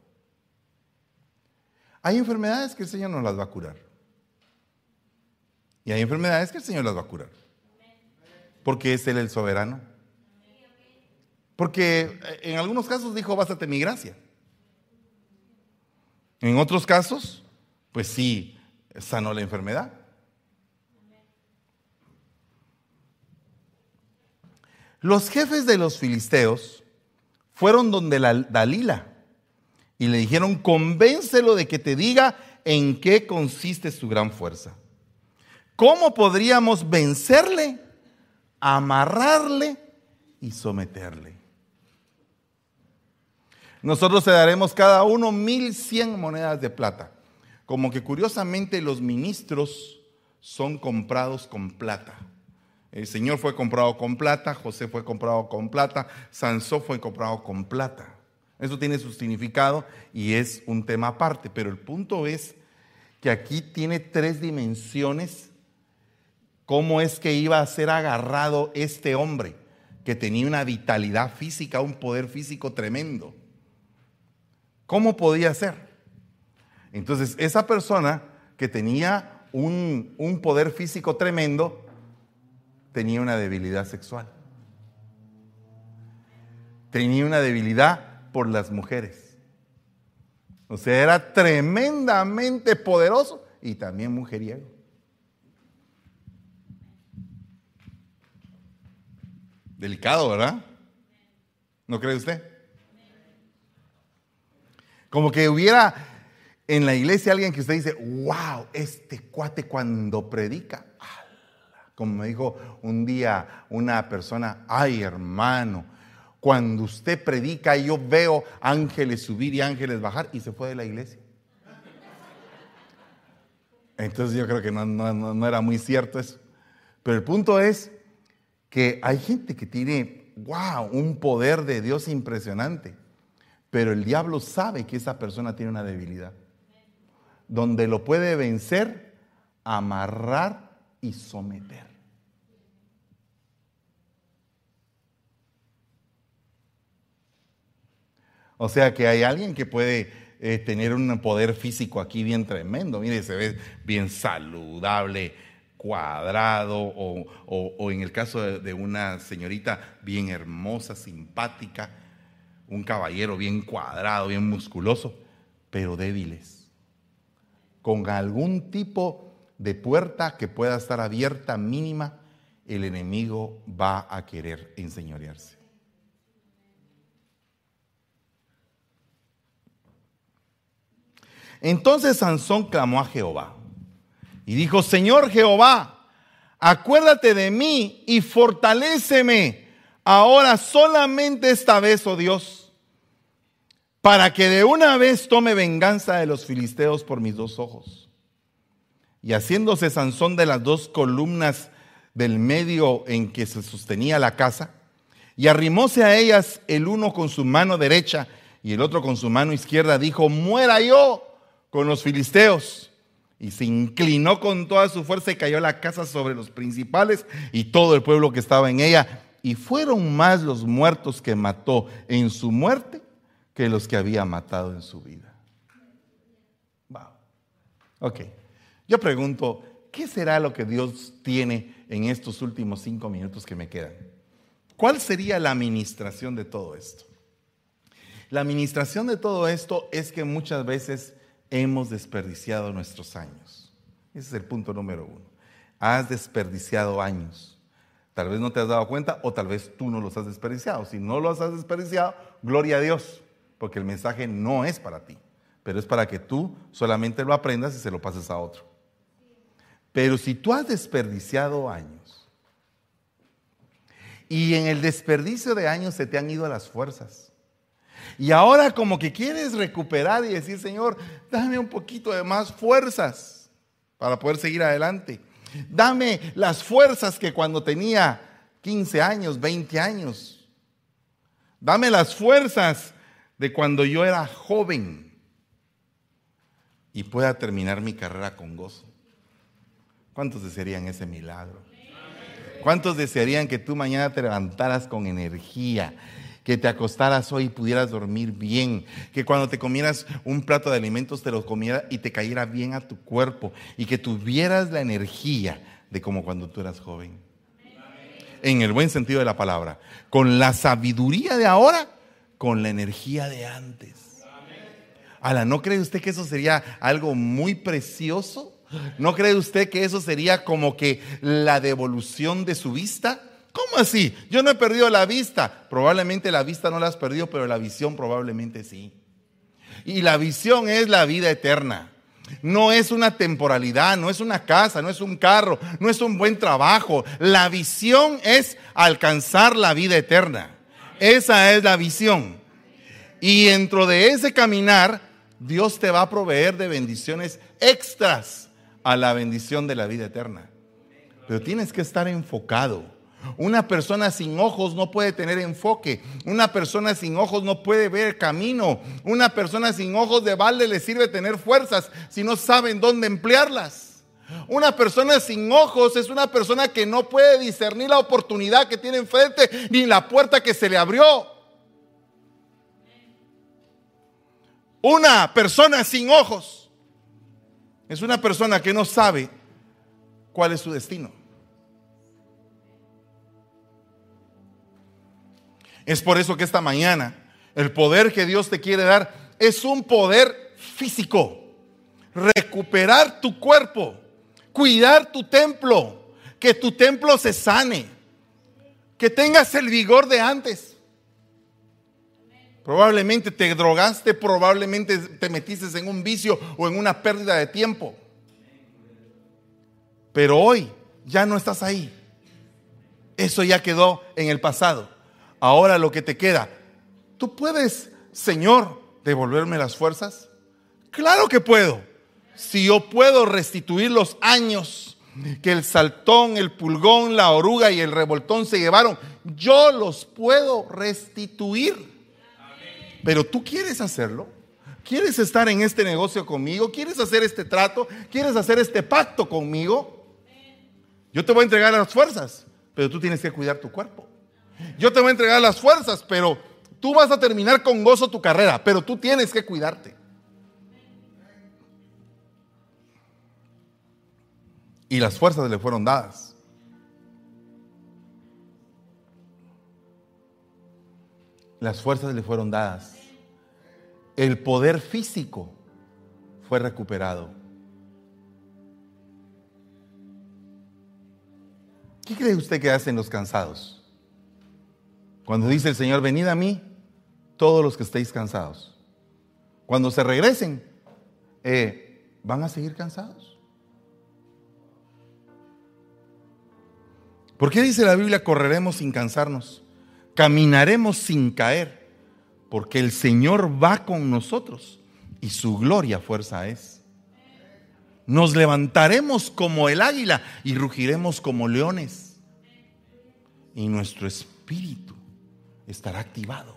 Hay enfermedades que el Señor nos las va a curar. Y hay enfermedades que el Señor las va a curar. Porque es Él el soberano. Porque en algunos casos dijo, bástate mi gracia. En otros casos, pues sí, sanó la enfermedad. Los jefes de los filisteos fueron donde Dalila y le dijeron, convéncelo de que te diga en qué consiste su gran fuerza. ¿Cómo podríamos vencerle, amarrarle y someterle? Nosotros te daremos cada uno 1,100 monedas de plata. Como que curiosamente los ministros son comprados con plata. El Señor fue comprado con plata, José fue comprado con plata, Sansón fue comprado con plata. Eso tiene su significado y es un tema aparte, pero el punto es que aquí tiene 3 dimensiones. ¿Cómo es que iba a ser agarrado este hombre que tenía una vitalidad física, un poder físico tremendo? ¿Cómo podía ser? Entonces, esa persona que tenía un poder físico tremendo, tenía una debilidad sexual. Tenía una debilidad por las mujeres. O sea, era tremendamente poderoso y también mujeriego. Delicado, ¿verdad? ¿No cree usted? Como que hubiera en la iglesia alguien que usted dice, wow, este cuate cuando predica, como me dijo un día una persona, ay hermano, cuando usted predica yo veo ángeles subir y ángeles bajar, y se fue de la iglesia. Entonces yo creo que no era muy cierto eso. Pero el punto es que hay gente que tiene, wow, un poder de Dios impresionante, pero el diablo sabe que esa persona tiene una debilidad, donde lo puede vencer, amarrar y someter. O sea que hay alguien que puede tener un poder físico aquí bien tremendo. Mire, se ve bien saludable, cuadrado, o en el caso de una señorita bien hermosa, simpática, un caballero bien cuadrado, bien musculoso, pero débiles, con algún tipo de puerta que pueda estar abierta mínima, el enemigo va a querer enseñorearse. Entonces Sansón clamó a Jehová y dijo, Señor Jehová, acuérdate de mí y fortaléceme ahora solamente esta vez, oh Dios, para que de una vez tome venganza de los filisteos por mis 2 ojos. Y haciéndose Sansón de las 2 columnas del medio en que se sostenía la casa, y arrimóse a ellas el uno con su mano derecha y el otro con su mano izquierda, dijo, muera yo con los filisteos. Y se inclinó con toda su fuerza y cayó la casa sobre los principales y todo el pueblo que estaba en ella. Y fueron más los muertos que mató en su muerte que los que había matado en su vida. Wow. Ok. Yo pregunto, ¿qué será lo que Dios tiene en estos últimos 5 minutos que me quedan? ¿Cuál sería la administración de todo esto? La administración de todo esto es que muchas veces hemos desperdiciado nuestros años. Ese es el punto número 1. Has desperdiciado años. Tal vez no te has dado cuenta o tal vez tú no los has desperdiciado. Si no los has desperdiciado, gloria a Dios, porque el mensaje no es para ti, pero es para que tú solamente lo aprendas y se lo pases a otro. Pero si tú has desperdiciado años y en el desperdicio de años se te han ido las fuerzas, y ahora como que quieres recuperar y decir, Señor, dame un poquito de más fuerzas para poder seguir adelante. Dame las fuerzas que cuando tenía 15 años, 20 años. Dame las fuerzas de cuando yo era joven y pueda terminar mi carrera con gozo. ¿Cuántos desearían ese milagro? ¿Cuántos desearían que tú mañana te levantaras con energía que te acostaras hoy y pudieras dormir bien, que cuando te comieras un plato de alimentos te lo comieras y te cayera bien a tu cuerpo y que tuvieras la energía de como cuando tú eras joven. En el buen sentido de la palabra, con la sabiduría de ahora, con la energía de antes. ¿No cree usted que eso sería algo muy precioso? ¿No cree usted que eso sería como que la devolución de su vista? ¿Cómo así? Yo no he perdido la vista. Probablemente la vista no la has perdido, pero la visión probablemente sí. Y la visión es la vida eterna. No es una temporalidad, no es una casa, no es un carro, no es un buen trabajo. La visión es alcanzar la vida eterna. Esa es la visión. Y dentro de ese caminar, Dios te va a proveer de bendiciones extras a la bendición de la vida eterna. Pero tienes que estar enfocado. Una persona sin ojos no puede tener enfoque. Una persona sin ojos no puede ver camino. Una persona sin ojos de balde le sirve tener fuerzas si no saben dónde emplearlas. Una persona sin ojos es una persona que no puede discernir la oportunidad que tiene enfrente ni la puerta que se le abrió. Una persona sin ojos es una persona que no sabe cuál es su destino. Es por eso que esta mañana el poder que Dios te quiere dar es un poder físico. Recuperar tu cuerpo, cuidar tu templo, que tu templo se sane, que tengas el vigor de antes. Probablemente te drogaste, probablemente te metiste en un vicio o en una pérdida de tiempo. Pero hoy ya no estás ahí. Eso ya quedó en el pasado. Ahora lo que te queda, ¿tú puedes, Señor, devolverme las fuerzas? Claro que puedo. Si yo puedo restituir los años que el saltón, el pulgón, la oruga y el revoltón se llevaron, yo los puedo restituir. Pero tú quieres hacerlo, quieres estar en este negocio conmigo, quieres hacer este trato, quieres hacer este pacto conmigo. Yo te voy a entregar las fuerzas, pero tú tienes que cuidar tu cuerpo. Yo te voy a entregar las fuerzas, pero tú vas a terminar con gozo tu carrera, pero tú tienes que cuidarte. Y las fuerzas le fueron dadas. Las fuerzas le fueron dadas. El poder físico fue recuperado. ¿Qué cree usted que hacen los cansados? Cuando dice el Señor, venid a mí, todos los que estéis cansados. Cuando se regresen, ¿van a seguir cansados? ¿Por qué dice la Biblia, correremos sin cansarnos? Caminaremos sin caer, porque el Señor va con nosotros y su gloria fuerza es. Nos levantaremos como el águila y rugiremos como leones. Y nuestro espíritu estará activado.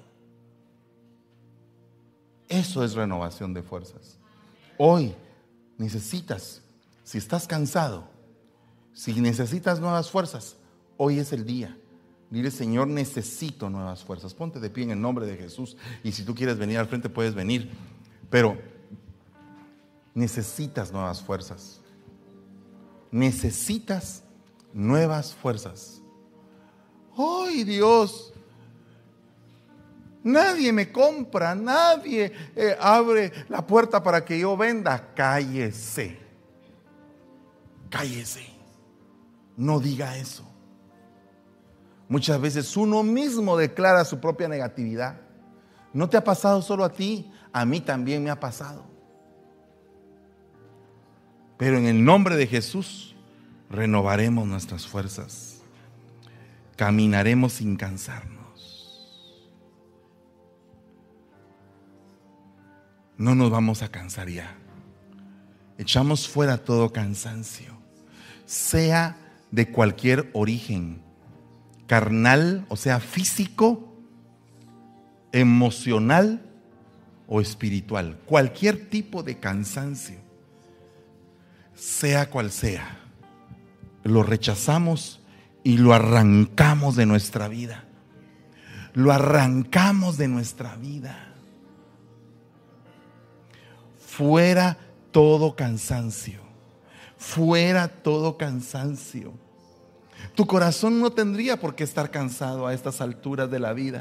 Eso es renovación de fuerzas. Hoy necesitas, si estás cansado, si necesitas nuevas fuerzas, hoy es el día. Dile, Señor, necesito nuevas fuerzas. Ponte de pie en el nombre de Jesús. Y si tú quieres venir al frente, puedes venir. Pero necesitas nuevas fuerzas. Necesitas nuevas fuerzas. ¡Ay, Dios! Nadie me compra, nadie abre la puerta para que yo venda. Cállese. Cállese. No diga eso. Muchas veces uno mismo declara su propia negatividad. No te ha pasado solo a ti, a mí también me ha pasado. Pero en el nombre de Jesús renovaremos nuestras fuerzas. Caminaremos sin cansarnos. No nos vamos a cansar ya. Echamos fuera todo cansancio, sea de cualquier origen, carnal, o sea, físico, emocional o espiritual. Cualquier tipo de cansancio, sea cual sea, lo rechazamos y lo arrancamos de nuestra vida. lo arrancamos de nuestra vida. Fuera todo cansancio. Fuera todo cansancio. Tu corazón no tendría por qué estar cansado a estas alturas de la vida.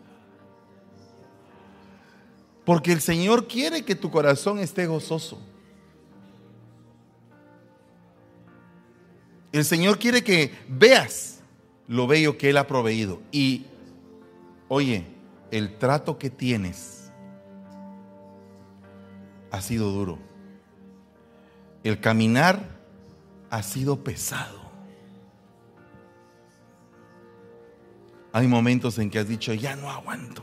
Porque el Señor quiere que tu corazón esté gozoso. El Señor quiere que veas lo bello que Él ha proveído. Y, oye, el trato que tienes ha sido duro. El caminar ha sido pesado. Hay momentos en que has dicho, ya no aguanto.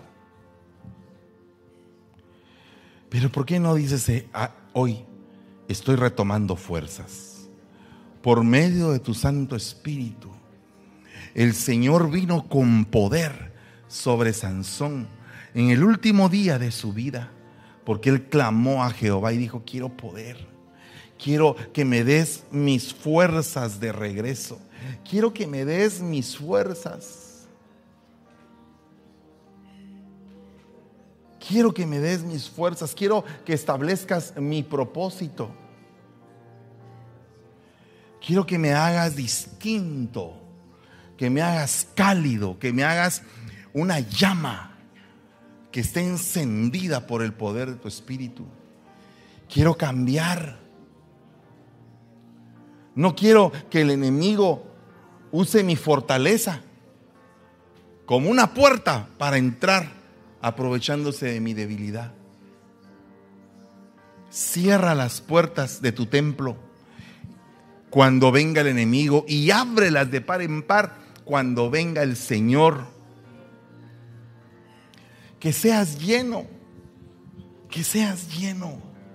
Pero ¿por qué no dices, hoy estoy retomando fuerzas? Por medio de tu Santo Espíritu, el Señor vino con poder sobre Sansón en el último día de su vida, porque él clamó a Jehová y dijo, quiero poder, quiero que me des mis fuerzas de regreso, quiero que me des mis fuerzas, quiero que me des mis fuerzas, quiero que establezcas mi propósito. Quiero que me hagas distinto, que me hagas cálido, que me hagas una llama que esté encendida por el poder de tu Espíritu. Quiero cambiar. No quiero que el enemigo use mi fortaleza como una puerta para entrar aprovechándose de mi debilidad. Cierra las puertas de tu templo cuando venga el enemigo y ábrelas de par en par cuando venga el Señor. Que seas lleno, que seas lleno.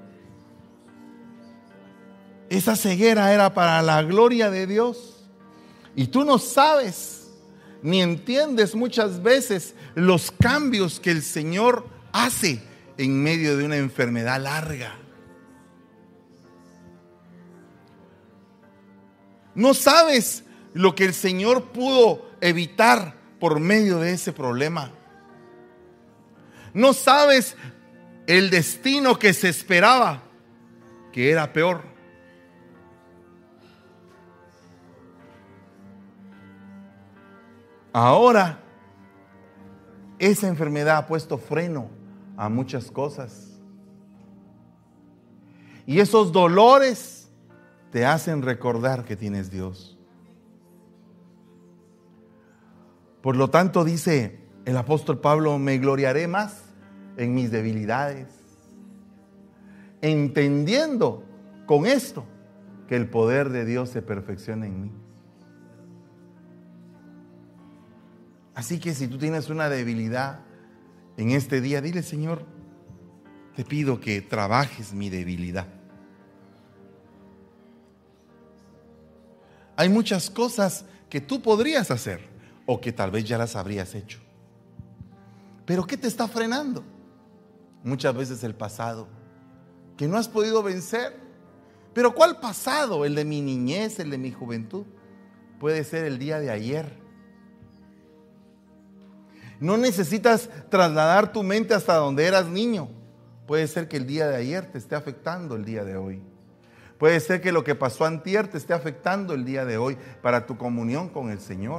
Esa ceguera era para la gloria de Dios. Y tú no sabes ni entiendes muchas veces los cambios que el Señor hace en medio de una enfermedad larga. No sabes lo que el Señor pudo evitar por medio de ese problema. No sabes el destino que se esperaba, que era peor. Ahora, esa enfermedad ha puesto freno a muchas cosas. Y esos dolores te hacen recordar que tienes Dios. Por lo tanto, dice el apóstol Pablo, me gloriaré más en mis debilidades, entendiendo con esto que el poder de Dios se perfecciona en mí. Así que si tú tienes una debilidad en este día, dile, Señor, te pido que trabajes mi debilidad. Hay muchas cosas que tú podrías hacer o que tal vez ya las habrías hecho. ¿Pero qué te está frenando? Muchas veces el pasado, que no has podido vencer. ¿Pero cuál pasado? El de mi niñez, el de mi juventud. Puede ser el día de ayer. No necesitas trasladar tu mente hasta donde eras niño. Puede ser que el día de ayer te esté afectando el día de hoy. Puede ser que lo que pasó antier te esté afectando el día de hoy para tu comunión con el Señor.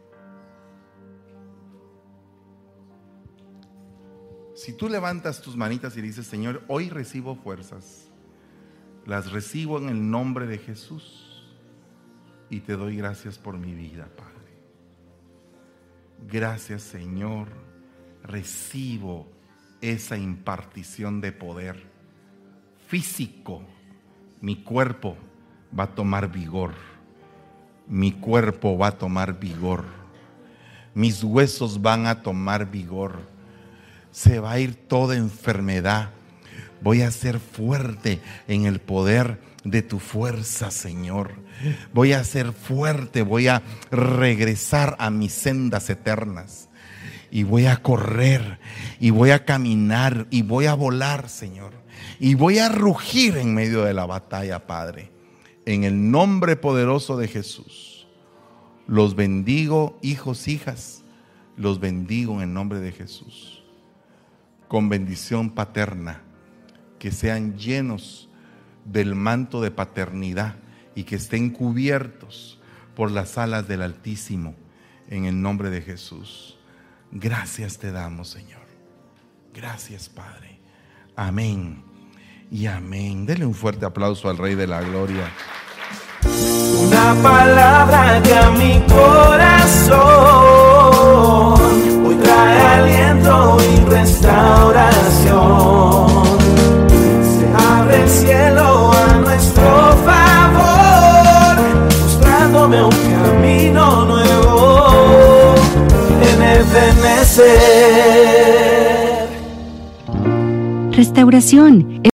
Si tú levantas tus manitas y dices, Señor, hoy recibo fuerzas, las recibo en el nombre de Jesús y te doy gracias por mi vida, Padre. Gracias, Señor, recibo esa impartición de poder físico. Mi cuerpo va a tomar vigor. Mi cuerpo va a tomar vigor. Mis huesos van a tomar vigor. Se va a ir toda enfermedad. Voy a ser fuerte en el poder de tu fuerza, Señor. Voy a ser fuerte. Voy a regresar a mis sendas eternas. Y voy a correr. Y voy a caminar. Y voy a volar, Señor. Y voy a rugir en medio de la batalla, Padre. En el nombre poderoso de Jesús. Los bendigo, hijos, hijas. Los bendigo en el nombre de Jesús. Con bendición paterna. Que sean llenos del manto de paternidad y que estén cubiertos por las alas del Altísimo en el nombre de Jesús. Gracias te damos, Señor. Gracias, Padre. Amén y amén. Dele un fuerte aplauso al Rey de la Gloria. Una palabra que a mi corazón hoy trae aliento y restauración. Se abre el cielo a nuestro favor, mostrándome un camino nuevo en Ebenecer. Restauración.